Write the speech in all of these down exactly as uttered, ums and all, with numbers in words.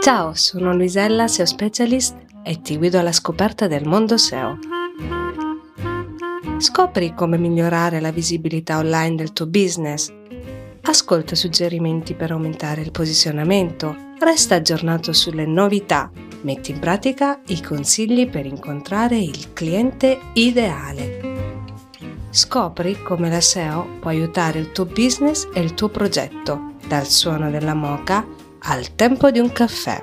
Ciao, sono Luisella, S E O Specialist e ti guido alla scoperta del mondo S E O. Scopri come migliorare la visibilità online del tuo business. Ascolta suggerimenti per aumentare il posizionamento. Resta aggiornato sulle novità. Metti in pratica i consigli per incontrare il cliente ideale. Scopri come la S E O può aiutare il tuo business e il tuo progetto, dal suono della moka al tempo di un caffè.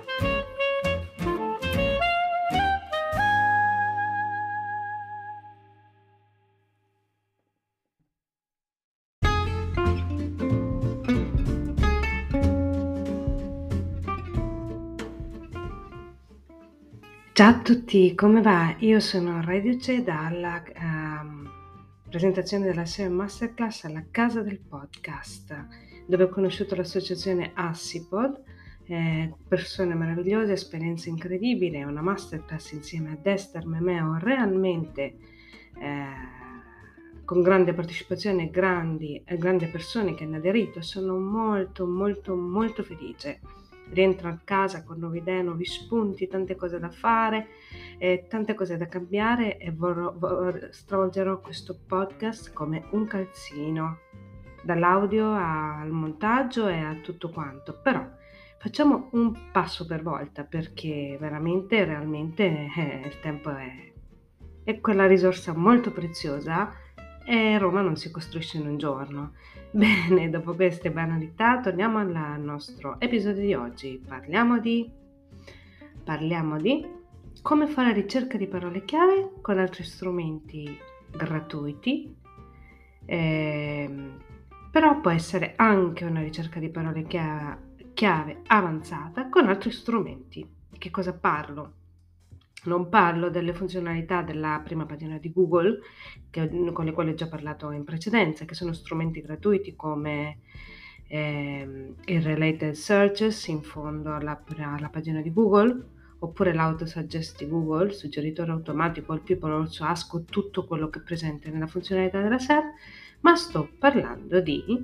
Ciao a tutti, come va? Io sono reduce dalla um, presentazione della S E O Masterclass alla Casa del Podcast, dove ho conosciuto l'associazione Assipod, eh, persone meravigliose, esperienze incredibili, una masterclass insieme ad Esther Memeo, realmente eh, con grande partecipazione, grandi, eh, grandi persone che hanno aderito. Sono molto molto molto felice. Rientro a casa con nuove idee, nuovi spunti, tante cose da fare, eh, tante cose da cambiare e vorrò, vorrò, stravolgerò questo podcast come un calzino, dall'audio al montaggio e a tutto quanto. Però facciamo un passo per volta, perché veramente, realmente eh, il tempo è, è quella risorsa molto preziosa e Roma non si costruisce in un giorno. Bene, dopo queste banalità torniamo al nostro episodio di oggi. Parliamo di parliamo di come fare ricerca di parole chiave con altri strumenti gratuiti, eh, però può essere anche una ricerca di parole chiave, chiave avanzata con altri strumenti. Di che cosa parlo? Non parlo delle funzionalità della prima pagina di Google, che, con le quali ho già parlato in precedenza, che sono strumenti gratuiti come eh, il Related Searches in fondo alla, alla pagina di Google, oppure l'Autosuggest di Google, suggeritore automatico, il People Also Ask, tutto quello che è presente nella funzionalità della S E R, ma sto parlando di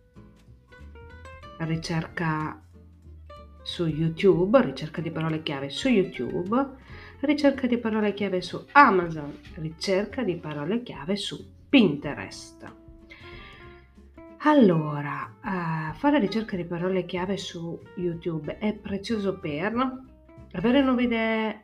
ricerca su YouTube, ricerca di parole chiave su YouTube, ricerca di parole chiave su Amazon, ricerca di parole chiave su Pinterest. Allora, uh, fare ricerca di parole chiave su YouTube è prezioso per avere nuove idee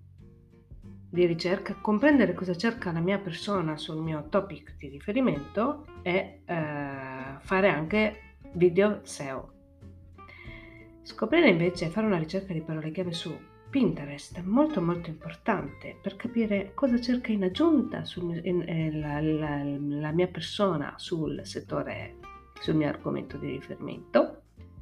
di ricerca, comprendere cosa cerca la mia persona sul mio topic di riferimento e uh, fare anche video S E O. Scoprire invece, fare una ricerca di parole chiave su Pinterest è molto molto importante per capire cosa cerca in aggiunta sul, in, in, la, la, la mia persona sul settore, sul mio argomento di riferimento,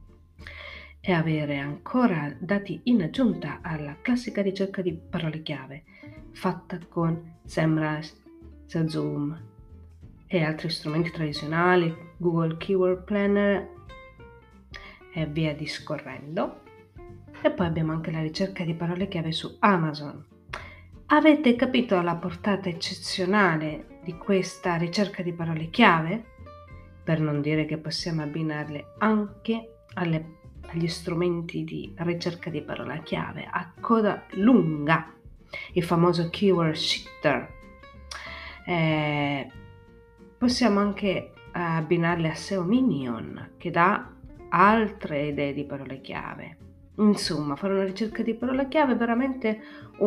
e avere ancora dati in aggiunta alla classica ricerca di parole chiave fatta con SEMrush, Zoom e altri strumenti tradizionali, Google Keyword Planner e via discorrendo. E poi abbiamo anche la ricerca di parole chiave su Amazon. Avete capito la portata eccezionale di questa ricerca di parole chiave? Per non dire che possiamo abbinarle anche alle, agli strumenti di ricerca di parola chiave a coda lunga, il famoso keyword shifter. Eh, possiamo anche abbinarle a S E O Minion, che dà altre idee di parole chiave. Insomma, fare una ricerca di parola chiave è veramente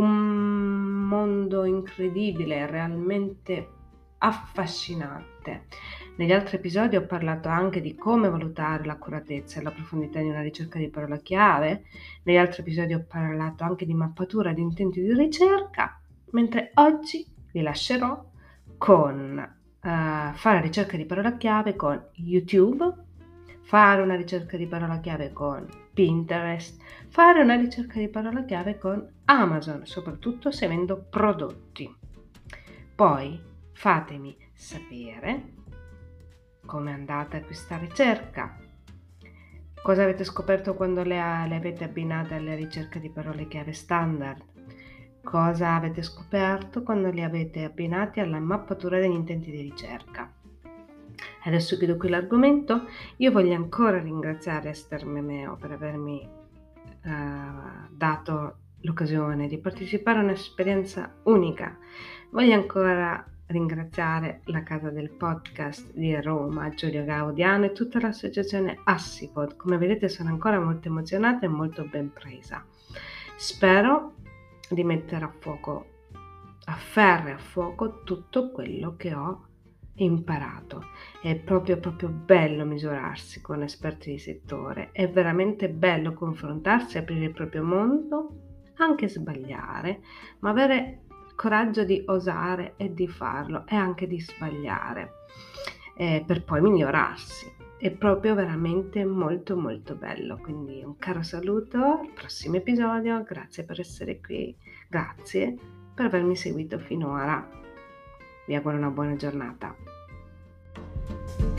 un mondo incredibile, realmente affascinante. Negli altri episodi ho parlato anche di come valutare l'accuratezza e la profondità di una ricerca di parola chiave. Negli altri episodi ho parlato anche di mappatura di intenti di ricerca, mentre oggi vi lascerò con uh, fare ricerca di parola chiave con YouTube, fare una ricerca di parola chiave con Pinterest, fare una ricerca di parola chiave con Amazon, soprattutto se vendo prodotti. Poi fatemi sapere come è andata questa ricerca, cosa avete scoperto quando le, le avete abbinate alle ricerche di parole chiave standard, cosa avete scoperto quando li avete abbinati alla mappatura degli intenti di ricerca. Adesso chiudo qui l'argomento. Io voglio ancora ringraziare Esther Memeo per avermi eh, dato l'occasione di partecipare a un'esperienza unica. Voglio ancora ringraziare la casa del podcast di Roma, Giulio Gaudiano e tutta l'associazione Assipod. Come vedete sono ancora molto emozionata e molto ben presa. Spero di mettere a fuoco, a ferro e a fuoco tutto quello che ho imparato. È proprio proprio bello misurarsi con esperti di settore, è veramente bello confrontarsi, aprire il proprio mondo, anche sbagliare, ma avere coraggio di osare e di farlo e anche di sbagliare eh, per poi migliorarsi. È proprio veramente molto molto bello. Quindi un caro saluto al prossimo episodio, grazie per essere qui, grazie per avermi seguito finora. Vi auguro una buona giornata.